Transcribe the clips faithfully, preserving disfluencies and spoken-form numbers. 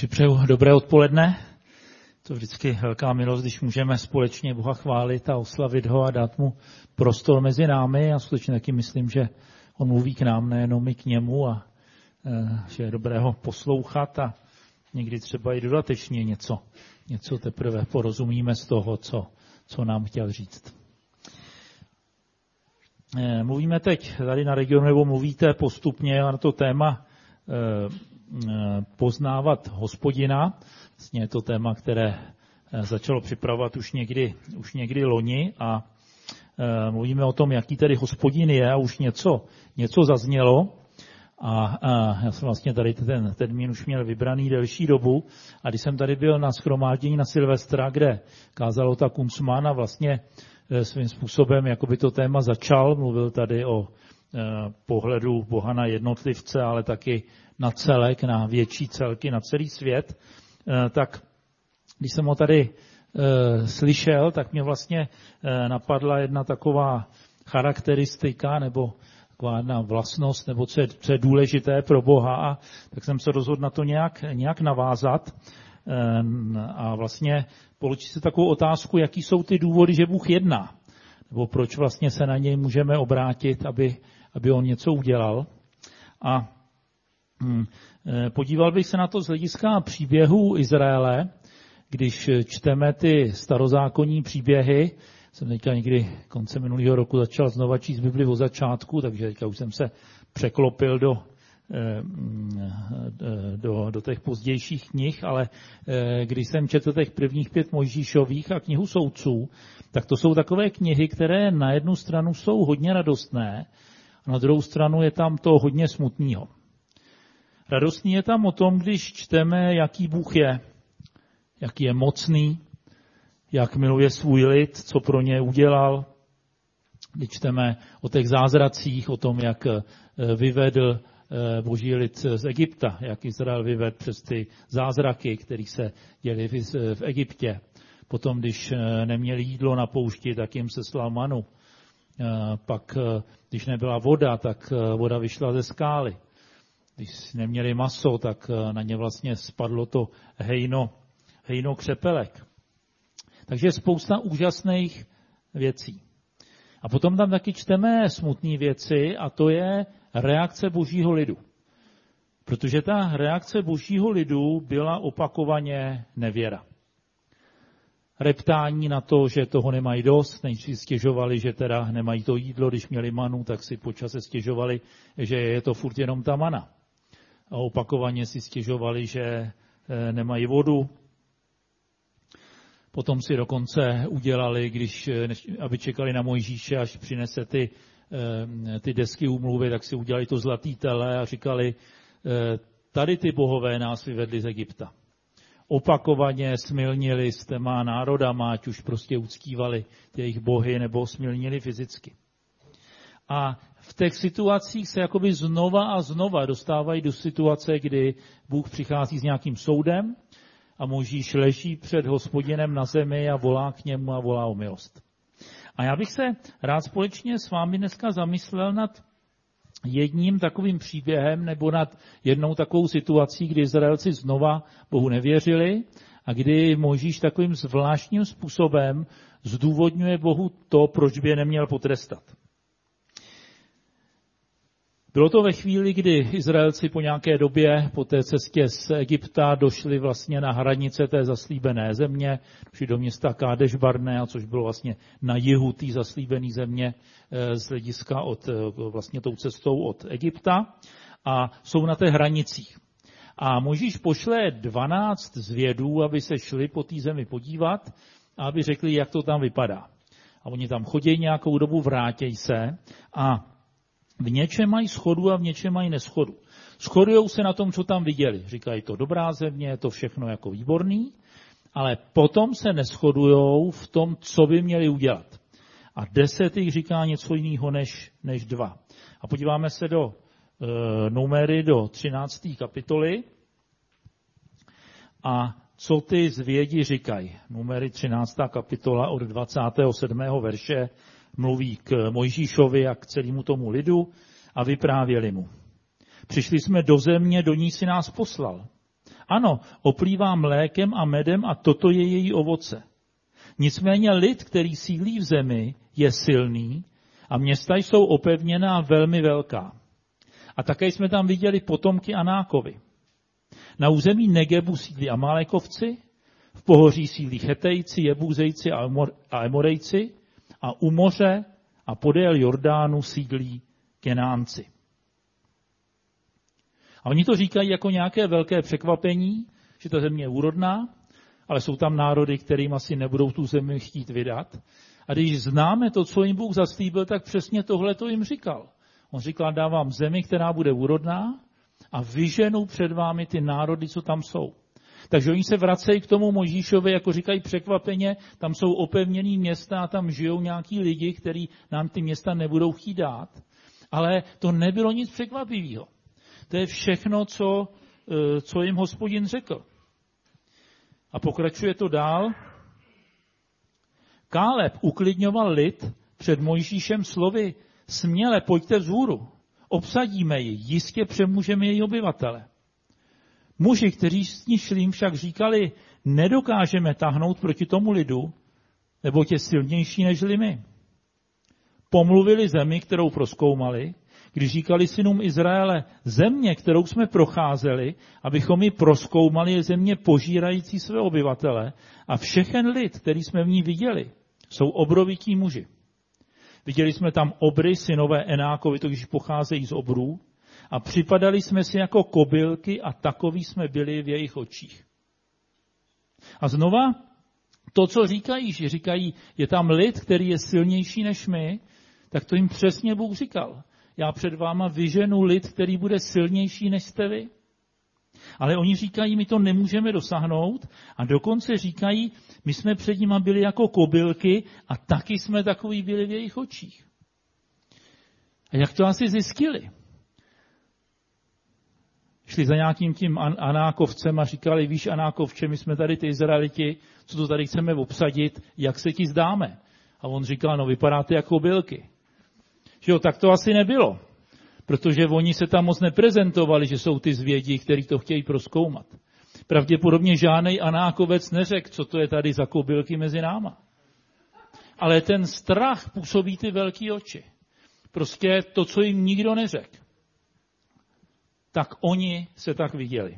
Takže přeju dobré odpoledne. To je vždycky velká milost, když můžeme společně Boha chválit a oslavit ho a dát mu prostor mezi námi. A skutečně taky myslím, že on mluví k nám, nejenom i k němu, a že je dobré ho poslouchat a někdy třeba i dodatečně něco, něco teprve porozumíme z toho, co, co nám chtěl říct. Mluvíme teď tady na regionu, nebo mluvíte postupně na to téma poznávat Hospodina. Vlastně je to téma, které začalo připravovat už někdy, už někdy loni a mluvíme o tom, jaký tedy Hospodin je, a už něco, něco zaznělo. A, a já jsem vlastně tady ten termín už měl vybraný delší dobu. A když jsem tady byl na shromáždění na Silvestra, kde kázal Ota Kunzman a vlastně svým způsobem jakoby to téma začal, mluvil tady o pohledu Boha na jednotlivce, ale taky na celek, na větší celky, na celý svět, tak když jsem ho tady slyšel, tak mě vlastně napadla jedna taková charakteristika nebo taková jedna vlastnost, nebo co je, co je důležité pro Boha, a tak jsem se rozhodl na to nějak, nějak navázat a vlastně položit si takovou otázku, jaký jsou ty důvody, že Bůh jedná, nebo proč vlastně se na něj můžeme obrátit, aby, aby on něco udělal. A hm, podíval bych se na to z hlediska příběhu Izraele, když čteme ty starozákonní příběhy. Jsem teďka někdy konce minulého roku začal znova číst Bibli od začátku, takže teďka už jsem se překlopil do, do, do těch pozdějších knih, ale když jsem četl těch prvních pět Mojžíšových a knihu soudců, tak to jsou takové knihy, které na jednu stranu jsou hodně radostné, a na druhou stranu je tam to hodně smutného. Radostný je tam o tom, když čteme, jaký Bůh je, jaký je mocný, jak miluje svůj lid, co pro ně udělal. Když čteme o těch zázracích, o tom, jak vyvedl boží lid z Egypta, jak Izrael vyvedl přes ty zázraky, které se děly v Egyptě. Potom, když neměli jídlo na poušti, tak jim seslal manu. Pak, když nebyla voda, tak voda vyšla ze skály. Když neměli maso, tak na ně vlastně spadlo to hejno, hejno křepelek. Takže je spousta úžasných věcí. A potom tam taky čteme smutné věci, a to je reakce božího lidu. Protože ta reakce božího lidu byla opakovaně nevěra. Reptání na to, že toho nemají dost, než si stěžovali, že teda nemají to jídlo, když měli manu, tak si počase stěžovali, že je to furt jenom ta mana. A opakovaně si stěžovali, že nemají vodu. Potom si dokonce udělali, když, aby čekali na Mojžíše, až přinese ty, ty desky úmluvy, tak si udělali to zlatý tele a říkali, tady ty bohové nás vyvedli z Egypta. Opakovaně smilnili s těma národama, ať už prostě uctívali jejich bohy, nebo smilnili fyzicky. A v těch situacích se jakoby znova a znova dostávají do situace, kdy Bůh přichází s nějakým soudem a Mojžíš leží před Hospodinem na zemi a volá k němu a volá o milost. A já bych se rád společně s vámi dneska zamyslel nad jedním takovým příběhem nebo nad jednou takovou situací, kdy Izraelci znova Bohu nevěřili a kdy Mojžíš takovým zvláštním způsobem zdůvodňuje Bohu to, proč by je neměl potrestat. Bylo to ve chvíli, kdy Izraelci po nějaké době, po té cestě z Egypta, došli vlastně na hranice té zaslíbené země, došli do města Kádeš Barnea, což bylo vlastně na jihu té zaslíbené země z hlediska od, vlastně tou cestou od Egypta, a jsou na těch hranicích. A Mojžíš pošle dvanáct zvědů, aby se šli po té zemi podívat a aby řekli, jak to tam vypadá. A oni tam chodí nějakou dobu, vrátějí se a v něčem mají shodu a v něčem mají neschodu. Shodujou se na tom, co tam viděli. Říkají, to dobrá země, je to všechno jako výborný, ale potom se neshodujou v tom, co by měli udělat. A deset jich říká něco jiného než, než dva. A podíváme se do e, Numery, do třinácté kapitoly. A co ty zvědi říkají? Numery třináctá kapitola od dvacátého sedmého verše mluví k Mojžíšovi a k celému tomu lidu a vyprávěli mu. Přišli jsme do země, do ní si nás poslal. Ano, oplývá mlékem a medem a toto je její ovoce. Nicméně lid, který sídlí v zemi, je silný a města jsou opevněná a velmi velká. A také jsme tam viděli potomky Anákovi. Na území Negebu sídlí Amálekovci, v pohoří sídlí Chetejci, Jebúzejci a Emorejci a u moře a podél Jordánu sídlí Kenánci. A oni to říkají jako nějaké velké překvapení, že ta země je úrodná, ale jsou tam národy, kterým asi nebudou tu zemi chtít vydat. A když známe to, co jim Bůh zaslíbil, tak přesně tohle to jim říkal. On říkal, dávám zemi, která bude úrodná a vyženu před vámi ty národy, co tam jsou. Takže oni se vracejí k tomu Mojžíšovi, jako říkají překvapeně, tam jsou opevněný města a tam žijou nějaký lidi, kteří nám ty města nebudou chtít dát. Ale to nebylo nic překvapivého. To je všechno, co, co jim Hospodin řekl. A pokračuje to dál. Káleb uklidňoval lid před Mojžíšem slovy, směle pojďte vzhůru, obsadíme ji, jistě přemůžeme její obyvatele. Muži, kteří s ní šli, však říkali, nedokážeme tahnout proti tomu lidu, neboť je silnější nežli my. Pomluvili zemi, kterou prozkoumali, když říkali synům Izraele, země, kterou jsme procházeli, abychom ji prozkoumali, je země požírající své obyvatele a všechen lid, který jsme v ní viděli, jsou obrovití muži. Viděli jsme tam obry, synové Enákovi, to když pocházejí z obrů, a připadali jsme si jako kobylky a takoví jsme byli v jejich očích. A znova to, co říkají, že říkají, je tam lid, který je silnější než my, tak to jim přesně Bůh říkal. Já před váma vyženu lid, který bude silnější než jste vy. Ale oni říkají, my to nemůžeme dosáhnout a dokonce říkají, my jsme před nima byli jako kobylky a taky jsme takový byli v jejich očích. A jak to asi zjistili? Šli za nějakým tím Anákovcem a říkali, víš Anákovče, my jsme tady ty Izraeliti, co to tady chceme obsadit, jak se ti zdáme? A on říkal, no vypadáte jako kobylky. Že jo, tak to asi nebylo, protože oni se tam moc neprezentovali, že jsou ty zvědi, kteří to chtějí prozkoumat. Pravděpodobně žádnej Anákovec neřekl, co to je tady za kobylky mezi náma. Ale ten strach působí ty velký oči. Prostě to, co jim nikdo neřekl. Tak oni se tak viděli.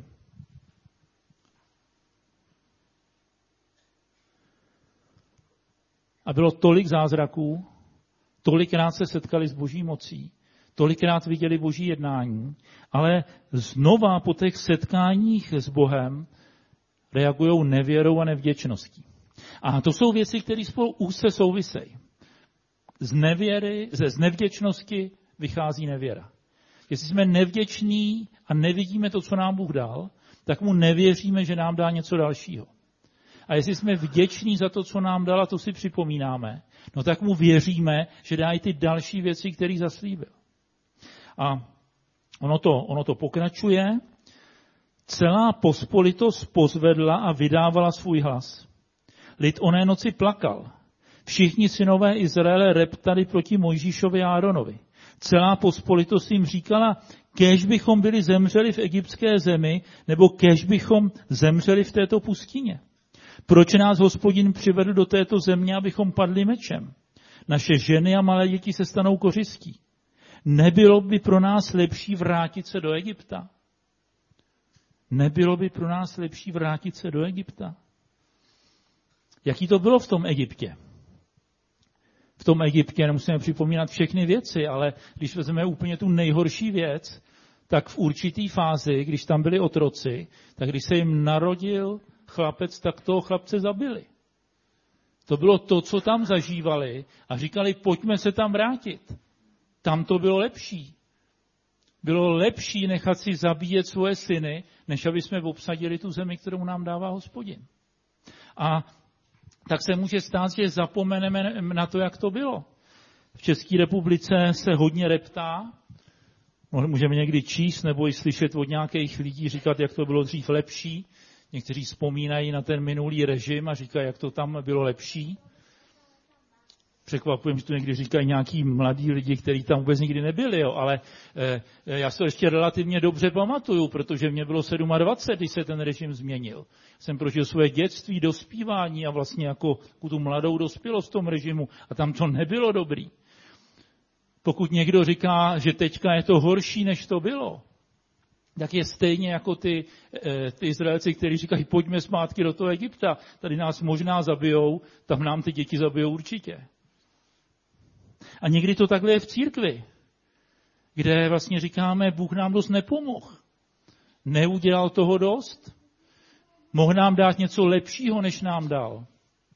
A bylo tolik zázraků, tolikrát se setkali s Boží mocí, tolikrát viděli Boží jednání, ale znova po těch setkáních s Bohem reagují nevěrou a nevděčností. A to jsou věci, které spolu úzce souvisejí. Z nevěry, ze z nevděčnosti vychází nevěra. Jestli jsme nevděční a nevidíme to, co nám Bůh dal, tak mu nevěříme, že nám dá něco dalšího. A jestli jsme vděční za to, co nám dal, a to si připomínáme, no tak mu věříme, že dá i ty další věci, které zaslíbil. A ono to, ono to pokračuje. Celá pospolitost pozvedla a vydávala svůj hlas. Lid oné noci plakal. Všichni synové Izraele reptali proti Mojžíšovi a Áronovi. Celá pospolitost jim říkala, kéž bychom byli zemřeli v egyptské zemi, nebo kéž bychom zemřeli v této pustině. Proč nás Hospodin přivedl do této země, abychom padli mečem? Naše ženy a malé děti se stanou kořistí. Nebylo by pro nás lepší vrátit se do Egypta? Nebylo by pro nás lepší vrátit se do Egypta? Jaký to bylo v tom Egyptě? V tom Egyptě nemusíme připomínat všechny věci, ale když vezmeme úplně tu nejhorší věc, tak v určitý fázi, když tam byli otroci, tak když se jim narodil chlapec, tak toho chlapce zabili. To bylo to, co tam zažívali a říkali, pojďme se tam vrátit. Tam to bylo lepší. Bylo lepší nechat si zabíjet svoje syny, než aby jsme obsadili tu zemi, kterou nám dává Hospodin. A tak se může stát, že zapomeneme na to, jak to bylo. V České republice se hodně reptá, můžeme někdy číst nebo i slyšet od nějakých lidí říkat, jak to bylo dřív lepší. Někteří vzpomínají na ten minulý režim a říkají, jak to tam bylo lepší. Překvapujem, že to někdy říkají nějaký mladí lidi, kteří tam vůbec nikdy nebyli, jo, ale eh, já se to ještě relativně dobře pamatuju, protože mě bylo dvacet sedm, když se ten režim změnil. Jsem prožil své dětství, dospívání a vlastně jako tu mladou dospělost v tom režimu a tam to nebylo dobrý. Pokud někdo říká, že teďka je to horší, než to bylo, tak je stejně jako ty, ty Izraelci, kteří říkají, pojďme zpátky do toho Egypta, tady nás možná zabijou, tam nám ty děti zabijou určitě. A někdy to takhle je v církvi, kde vlastně říkáme, Bůh nám dost nepomohl. Neudělal toho dost. Mohl nám dát něco lepšího, než nám dal.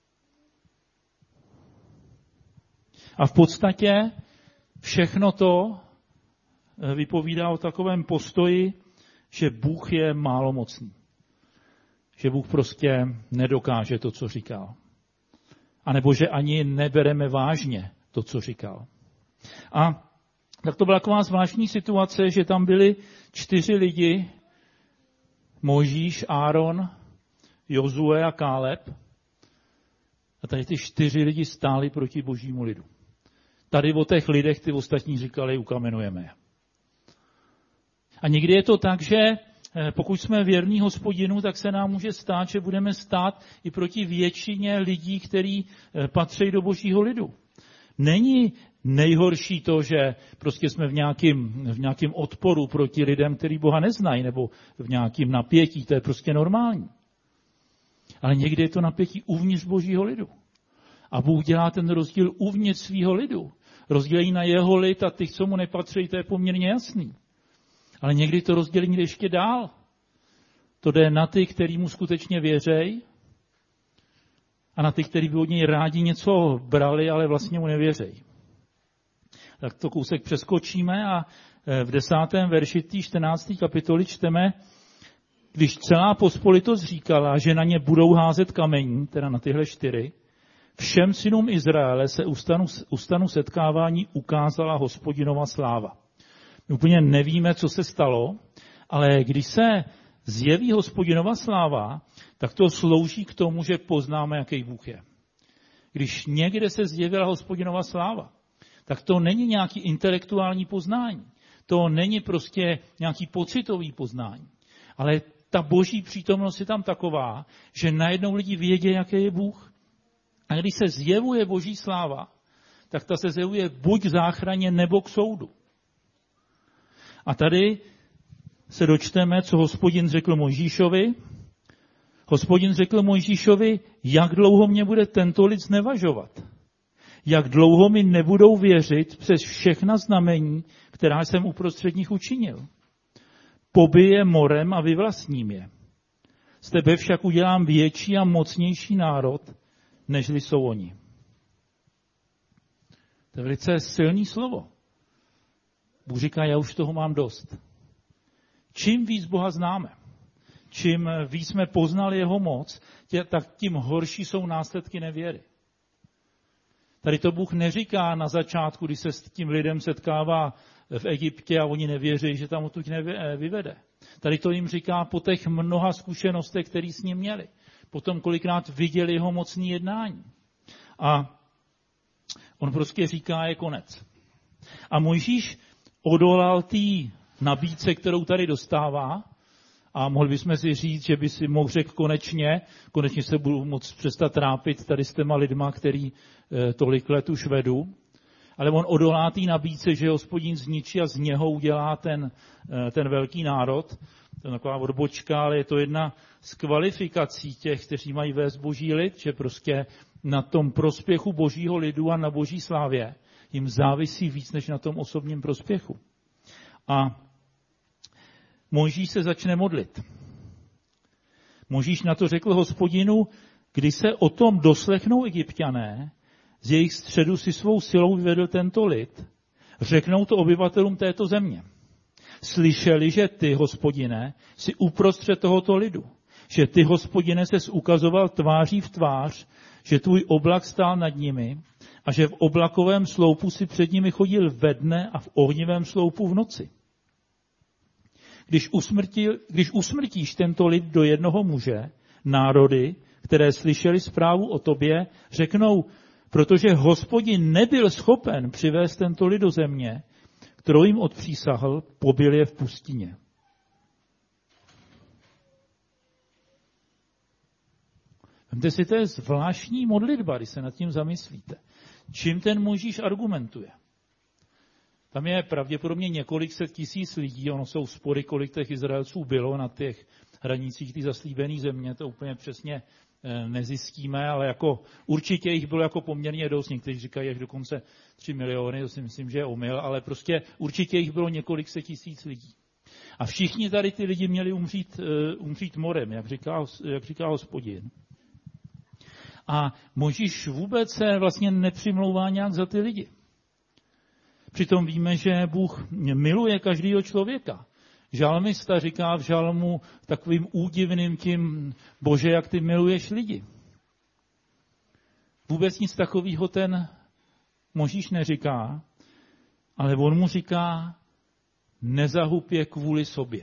A v podstatě všechno to vypovídá o takovém postoji, že Bůh je málomocný. Že Bůh prostě nedokáže to, co říkal. A nebo že ani nebereme vážně to, co říkal. A tak to byla taková zvláštní situace, že tam byli čtyři lidi, Mojžíš, Áron, Jozue a Káleb. A tady ty čtyři lidi stáli proti božímu lidu. Tady o těch lidech ty ostatní říkali, ukamenujeme je. A někdy je to tak, že pokud jsme věrní Hospodinu, tak se nám může stát, že budeme stát i proti většině lidí, kteří patří do božího lidu. Není nejhorší to, že prostě jsme v nějakém, v nějakém odporu proti lidem, kteří Boha neznají, nebo v nějakém napětí, to je prostě normální. Ale někdy je to napětí uvnitř božího lidu. A Bůh dělá ten rozdíl uvnitř svého lidu. Rozdělí na jeho lid a těch, co mu nepatří, to je poměrně jasný. Ale někdy to rozdělení jde ještě dál. To jde na ty, který mu skutečně věřejí, a na ty, kteří by od něj rádi něco brali, ale vlastně mu nevěřejí. Tak to kousek přeskočíme a v desátém verši té čtrnácté kapitoly čteme, když celá pospolitost říkala, že na ně budou házet kamení, teda na tyhle čtyři, všem synům Izraele se ustanu, ustanu setkávání ukázala Hospodinova sláva. My úplně nevíme, co se stalo, ale když se zjeví Hospodinova sláva, tak to slouží k tomu, že poznáme, jaký Bůh je. Když někde se zjevila Hospodinova sláva, tak to není nějaký intelektuální poznání. To není prostě nějaký pocitový poznání. Ale ta boží přítomnost je tam taková, že najednou lidi vědí, jaký je Bůh. A když se zjevuje boží sláva, tak ta se zjevuje buď k záchraně, nebo k soudu. A tady se dočteme, co Hospodin řekl Mojžíšovi. Hospodin řekl Mojžíšovi, jak dlouho mě bude tento lid znevažovat. Jak dlouho mi nebudou věřit přes všechna znamení, která jsem uprostřed nich učinil. Pobij je morem a vyvlastním je. Z tebe však udělám větší a mocnější národ, nežli jsou oni. To je velice silný slovo. Bůh říká, já už toho mám dost. Čím víc Boha známe, čím víc jsme poznali jeho moc, tě, tak tím horší jsou následky nevěry. Tady to Bůh neříká na začátku, když se s tím lidem setkává v Egyptě a oni nevěří, že tam odtud vyvede. Tady to jim říká po těch mnoha zkušenostech, které s ním měli. Potom kolikrát viděli jeho mocný jednání. A on prostě říká, je konec. A Mojžíš odolal té nabídce, kterou tady dostává, a mohli bychom si říct, že by si mohl řekl konečně, konečně se budu moc přestat trápit tady s těma lidma, který e, tolik let už vedu. Ale on odolá té nabídce, že Hospodin zničí a z něho udělá ten, e, ten velký národ. To je taková odbočka, ale je to jedna z kvalifikací těch, kteří mají vést boží lid, že prostě na tom prospěchu božího lidu a na boží slávě jim závisí víc, než na tom osobním prospěchu. A Mojžíš se začne modlit. Mojžíš na to řekl Hospodinu, když se o tom doslechnou Egypťané, z jejich středu si svou silou vyvedl tento lid, řeknou to obyvatelům této země. Slyšeli, že ty, Hospodine, jsi uprostřed tohoto lidu, že ty, Hospodine, ses ukazoval tváří v tvář, že tvůj oblak stál nad nimi a že v oblakovém sloupu si před nimi chodil ve dne a v ohnivém sloupu v noci. Když, usmrtil, když usmrtíš tento lid do jednoho muže, národy, které slyšeli zprávu o tobě, řeknou, Protože Hospodin nebyl schopen přivést tento lid do země, kterou jim odpřísahl, pobyl je v pustině. Vemte si, to je zvláštní modlitba, když se nad tím zamyslíte. Čím ten Mojžíš argumentuje? Tam je pravděpodobně několik set tisíc lidí, ono jsou spory, kolik těch Izraelců bylo na těch hranicích té zaslíbené země, to úplně přesně nezjistíme, ale jako určitě jich bylo jako poměrně dost, někteří říkají až dokonce tři miliony, to si myslím, že je omyl, ale prostě určitě jich bylo několik set tisíc lidí. A všichni tady ty lidi měli umřít, umřít morem, jak říká, jak říká Hospodin. A Mojžíš vůbec se vlastně nepřimlouvá nějak za ty lidi. Přitom víme, že Bůh miluje každého člověka. Žalmista říká v žalmu takovým údivným tím, Bože, jak ty miluješ lidi. Vůbec nic takového ten Mojžíš neříká, ale on mu říká, nezahub je kvůli sobě.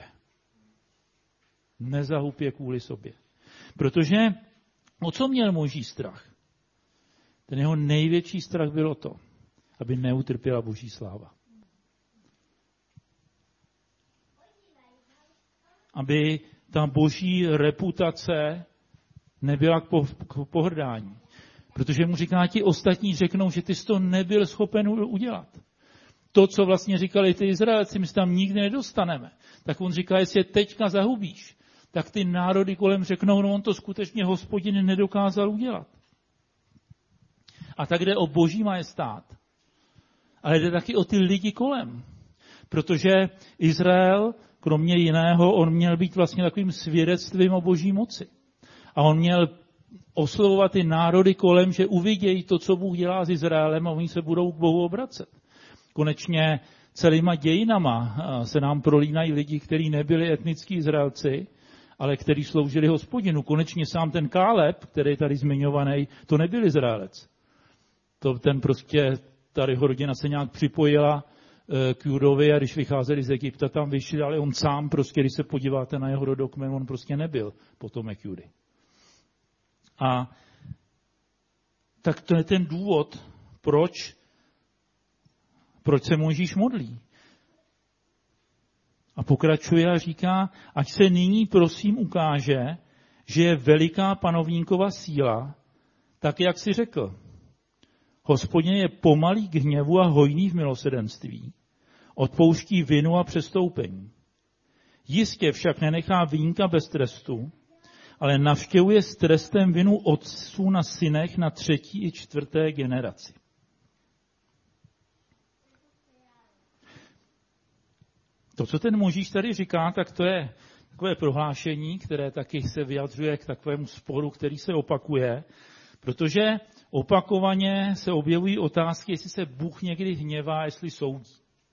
Nezahub je kvůli sobě. Protože o co měl Mojžíš strach? Ten jeho největší strach bylo to, aby neutrpěla Boží sláva. Aby ta boží reputace nebyla k pohrdání. Protože mu říká, ti ostatní řeknou, že ty jsi to nebyl schopen udělat. To, co vlastně říkali ty Izraelci, my se tam nikdy nedostaneme. Tak on říká, jestli je teďka zahubíš, tak ty národy kolem řeknou, no on to skutečně Hospodin nedokázal udělat. A tak jde o boží majestát. Ale jde taky o ty lidi kolem. Protože Izrael, kromě jiného, on měl být vlastně takovým svědectvím o boží moci. A on měl oslovovat ty národy kolem, že uvidějí to, co Bůh dělá s Izraelem a oni se budou k Bohu obracet. Konečně celýma dějinama se nám prolínají lidi, kteří nebyli etnickí Izraelci, ale kteří sloužili Hospodinu. Konečně sám ten Káleb, který je tady zmiňovaný, to nebyl Izraelec. To ten prostě, ta jeho rodina se nějak připojila k Judovi a když vycházeli z Egypta, tam vyšli, ale on sám prostě, když se podíváte na jeho rodokmen, on prostě nebyl potomek Judy. A tak to je ten důvod, proč, proč se Mojžíš modlí. A pokračuje a říká, ať se nyní prosím ukáže, že je veliká panovníkova síla, tak jak si řekl. Hospodin je pomalý k hněvu a hojný v milosrdenství. Odpouští vinu a přestoupení. Jistě však nenechá vínka bez trestu, ale navštěvuje s trestem vinu otců na synech na třetí i čtvrté generaci. To, co ten Mojžíš tady říká, tak to je takové prohlášení, které taky se vyjadřuje k takovému sporu, který se opakuje, protože opakovaně se objevují otázky, jestli se Bůh někdy hněvá, jestli soudí.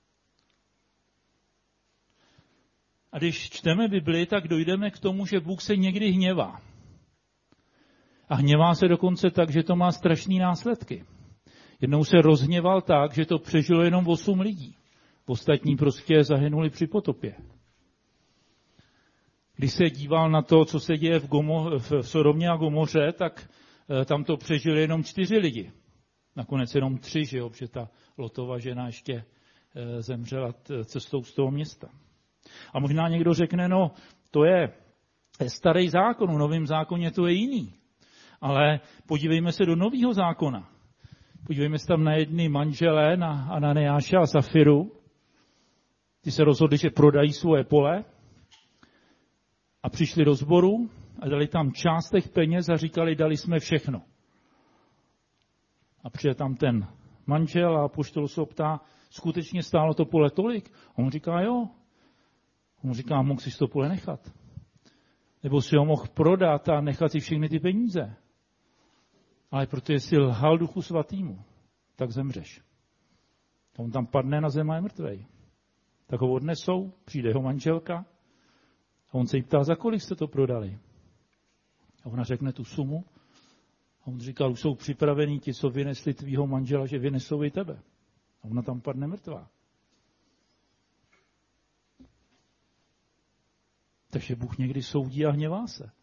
A když čteme Bibli, tak dojdeme k tomu, že Bůh se někdy hněvá. A hněvá se dokonce tak, že to má strašné následky. Jednou se rozhněval tak, že to přežilo jenom osm lidí. Ostatní prostě zahynuli při potopě. Když se díval na to, co se děje v, Gomo, v Sodomě a Gomoře, tak tam to přežili jenom čtyři lidi. Nakonec jenom tři, že jo, protože ta Lotova žena ještě zemřela cestou z toho města. A možná někdo řekne, no, to je starý zákon, v novém zákoně to je jiný. Ale podívejme se do nového zákona. Podívejme se tam na jedny manželé, na Ananiáše a Safiru. Ty se rozhodli, že prodají svoje pole a přišli do sboru a dali tam část těch peněz a říkali, dali jsme všechno. A přijde tam ten manžel a apoštol se ptá, skutečně stálo to pole tolik? A on říká, jo. On říká, mohl si to pole nechat. Nebo si ho mohl prodat a nechat si všechny ty peníze. Ale protože jsi lhal Duchu Svatýmu, tak zemřeš. A on tam padne na zem a je mrtvej. Tak ho odnesou, přijde jeho manželka a on se jí ptá, za kolik jste to prodali? A ona řekne tu sumu a on říká, už jsou připravení ti, co vynesli tvýho manžela, že vynesou i tebe. A ona tam padne mrtvá. Takže Bůh někdy soudí a hněvá se.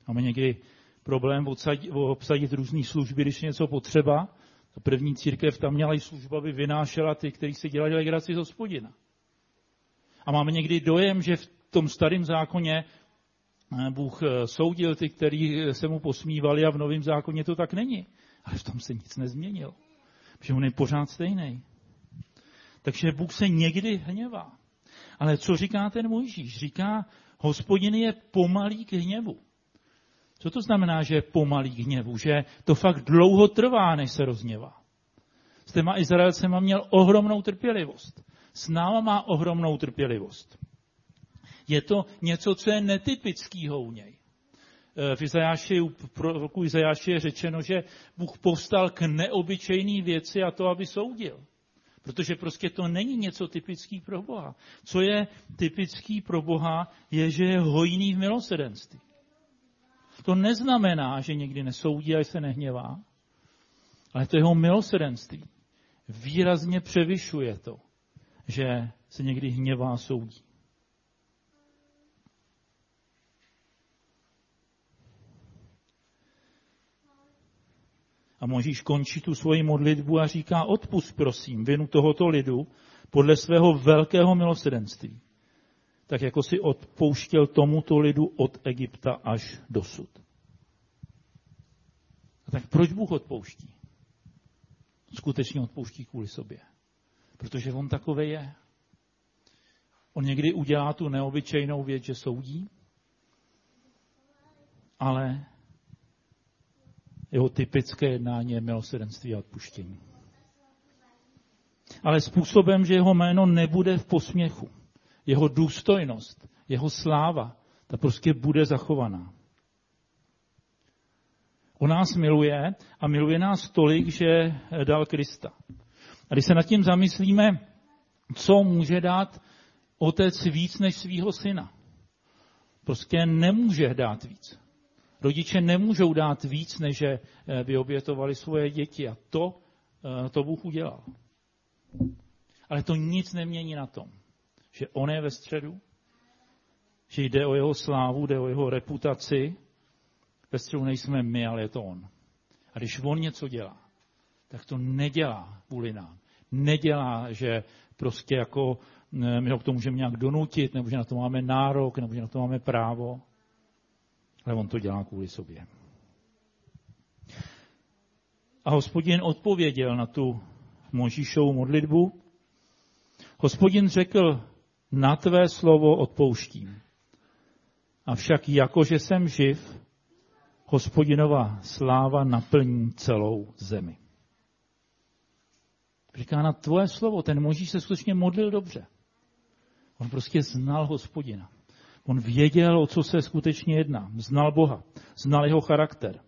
Máme někdy problém obsadit, obsadit různé služby, když je něco potřeba. A první církev tam měla i služba, aby vynášela ty, kteří si dělali legraci z Hospodina. A máme někdy dojem, že v tom starém zákoně Bůh soudil ty, kteří se mu posmívali, a v novém zákoně to tak není. Ale v tom se nic nezměnilo. Protože on je pořád stejný. Takže Bůh se někdy hněvá. Ale co říká ten Mojžíš? Říká, Hospodin je pomalý k hněvu. Co to znamená, že je pomalý k hněvu? Že to fakt dlouho trvá, než se rozhněvá. S těma Izraelcema měl ohromnou trpělivost. S náma má ohromnou trpělivost. Je to něco, co je netypického u něj. V Izajáši, u proroku Izajáši je řečeno, že Bůh povstal k neobyčejné věci, a to, aby soudil. Protože prostě to není něco typický pro Boha. Co je typický pro Boha, je, že je hojný v milosrdenství. To neznamená, že někdy nesoudí a se nehněvá, ale to jeho milosrdenství výrazně převyšuje to, že se někdy hněvá a soudí. A Mojžíš končí tu svoji modlitbu a říká, odpusť prosím vinu tohoto lidu podle svého velkého milosrdenství, tak jako si odpouštěl tomuto lidu od Egypta až dosud. A tak proč Bůh odpouští? Skutečně odpouští kvůli sobě. Protože on takovej je. On někdy udělá tu neobyčejnou věc, že soudí, ale jeho typické jednání je milosrdenství a odpuštění. Ale způsobem, že jeho jméno nebude v posměchu. Jeho důstojnost, jeho sláva, ta prostě bude zachovaná. On nás miluje a miluje nás tolik, že dal Krista. A když se nad tím zamyslíme, co může dát otec víc než svýho syna? Prostě nemůže dát víc. Rodiče nemůžou dát víc, než že by obětovali svoje děti. A to, to Bůh udělal. Ale to nic nemění na tom, že on je ve středu, že jde o jeho slávu, jde o jeho reputaci. Ve středu nejsme my, ale je to on. A když on něco dělá, tak to nedělá kvůli nám. Nedělá, že prostě jako my ho k tomu můžeme nějak donutit, nebo že na to máme nárok, nebo že na to máme právo. Ale on to dělá kvůli sobě. A Hospodin odpověděl na tu Mojžíšovu modlitbu. Hospodin řekl, na tvé slovo odpouštím. Avšak jakože jsem živ, Hospodinova sláva naplní celou zemi. Říká na tvoje slovo, ten Mojžíš se skutečně modlil dobře. On prostě znal Hospodina. On věděl, o co se skutečně jedná. Znal Boha. Znal jeho charakter.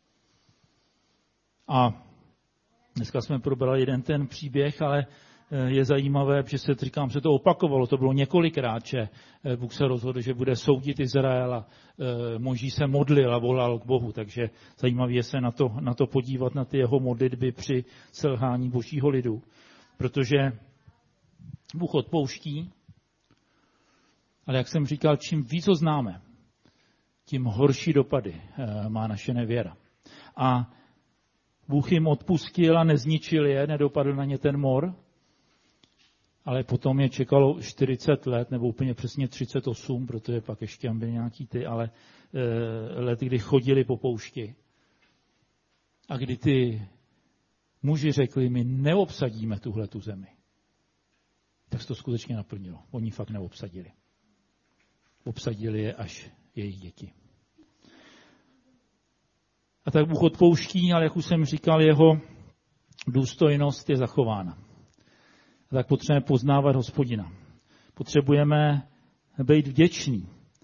A dneska jsme probrali jeden ten příběh, ale je zajímavé, že se, říkám, se to opakovalo. To bylo několikrát, že Bůh se rozhodl, že bude soudit Izrael a Mojžíš se modlil a volal k Bohu. Takže zajímavé je se na to, na to podívat, na ty jeho modlitby při selhání božího lidu. Protože Bůh odpouští, ale jak jsem říkal, čím víc ho známe, tím horší dopady má naše nevěra. A Bůh jim odpustil a nezničil je, nedopadl na ně ten mor, ale potom je čekalo čtyřicet let, nebo úplně přesně třicet osm, protože pak ještě tam byly nějaký ty, ale e, let, kdy chodili po poušti. A kdy ty muži řekli, my neobsadíme tuhletu zemi. Tak se to skutečně naplnilo. Oni fakt neobsadili. Obsadili je až jejich děti. A tak Bůh odpouští, ale jak už jsem říkal, jeho důstojnost je zachována. A tak potřebujeme poznávat Hospodina. Potřebujeme být vděční.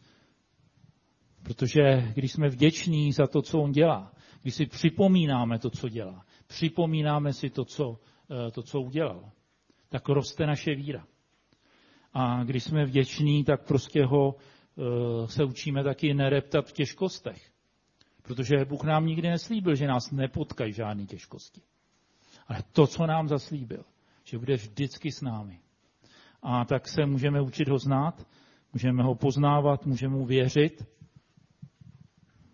Protože když jsme vděční za to, co on dělá, když si připomínáme to, co dělá, připomínáme si to, co, to, co udělal, tak roste naše víra. A když jsme vděční, tak prostě ho se učíme taky nereptat v těžkostech. Protože Bůh nám nikdy neslíbil, že nás nepotkají žádné těžkosti. Ale to, co nám zaslíbil, že bude vždycky s námi. A tak se můžeme učit ho znát, můžeme ho poznávat, můžeme mu věřit.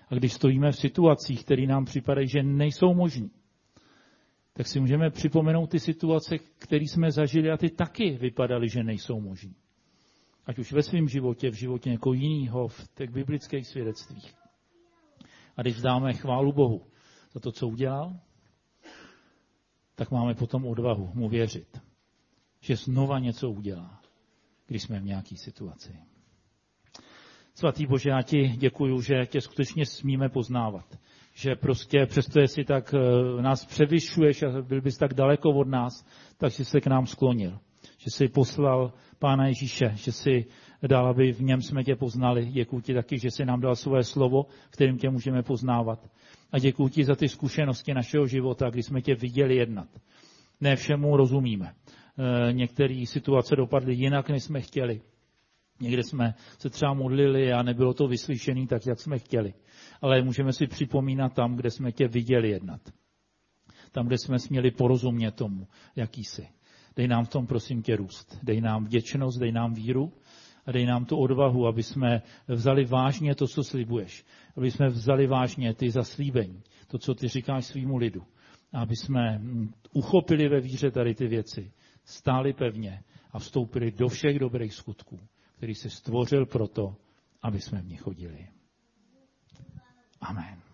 A když stojíme v situacích, které nám připadají, že nejsou možné, tak si můžeme připomenout ty situace, které jsme zažili a ty taky vypadaly, že nejsou možné. Ať už ve svém životě, v životě někoho jiného, v těch biblických svědectvích. A když dáme chválu Bohu za to, co udělal, tak máme potom odvahu mu věřit, že znova něco udělá, když jsme v nějaké situaci. Svatý Bože, já ti děkuju, že tě skutečně smíme poznávat. Že prostě přesto, jestli tak nás převyšuješ a byl bys tak daleko od nás, tak jsi se k nám sklonil. Že jsi poslal Pána Ježíše, že jsi dal, aby v něm jsme tě poznali. Děkuji ti taky, že jsi nám dal svoje slovo, kterým tě můžeme poznávat. A děkuji ti za ty zkušenosti našeho života, kdy jsme tě viděli jednat. Ne všemu rozumíme. Některé situace dopadly jinak, než jsme chtěli. Někde jsme se třeba modlili a nebylo to vyslyšené tak, jak jsme chtěli. Ale můžeme si připomínat tam, kde jsme tě viděli jednat. Tam, kde jsme směli porozumět tomu, jaký jsi. Dej nám v tom, prosím tě, růst. Dej nám vděčnost, dej nám víru a dej nám tu odvahu, aby jsme vzali vážně to, co slibuješ. Aby jsme vzali vážně ty zaslíbení, to, co ty říkáš svýmu lidu. A aby jsme uchopili ve víře tady ty věci, stáli pevně a vstoupili do všech dobrých skutků, který jsi stvořil proto, aby jsme v nich chodili. Amen.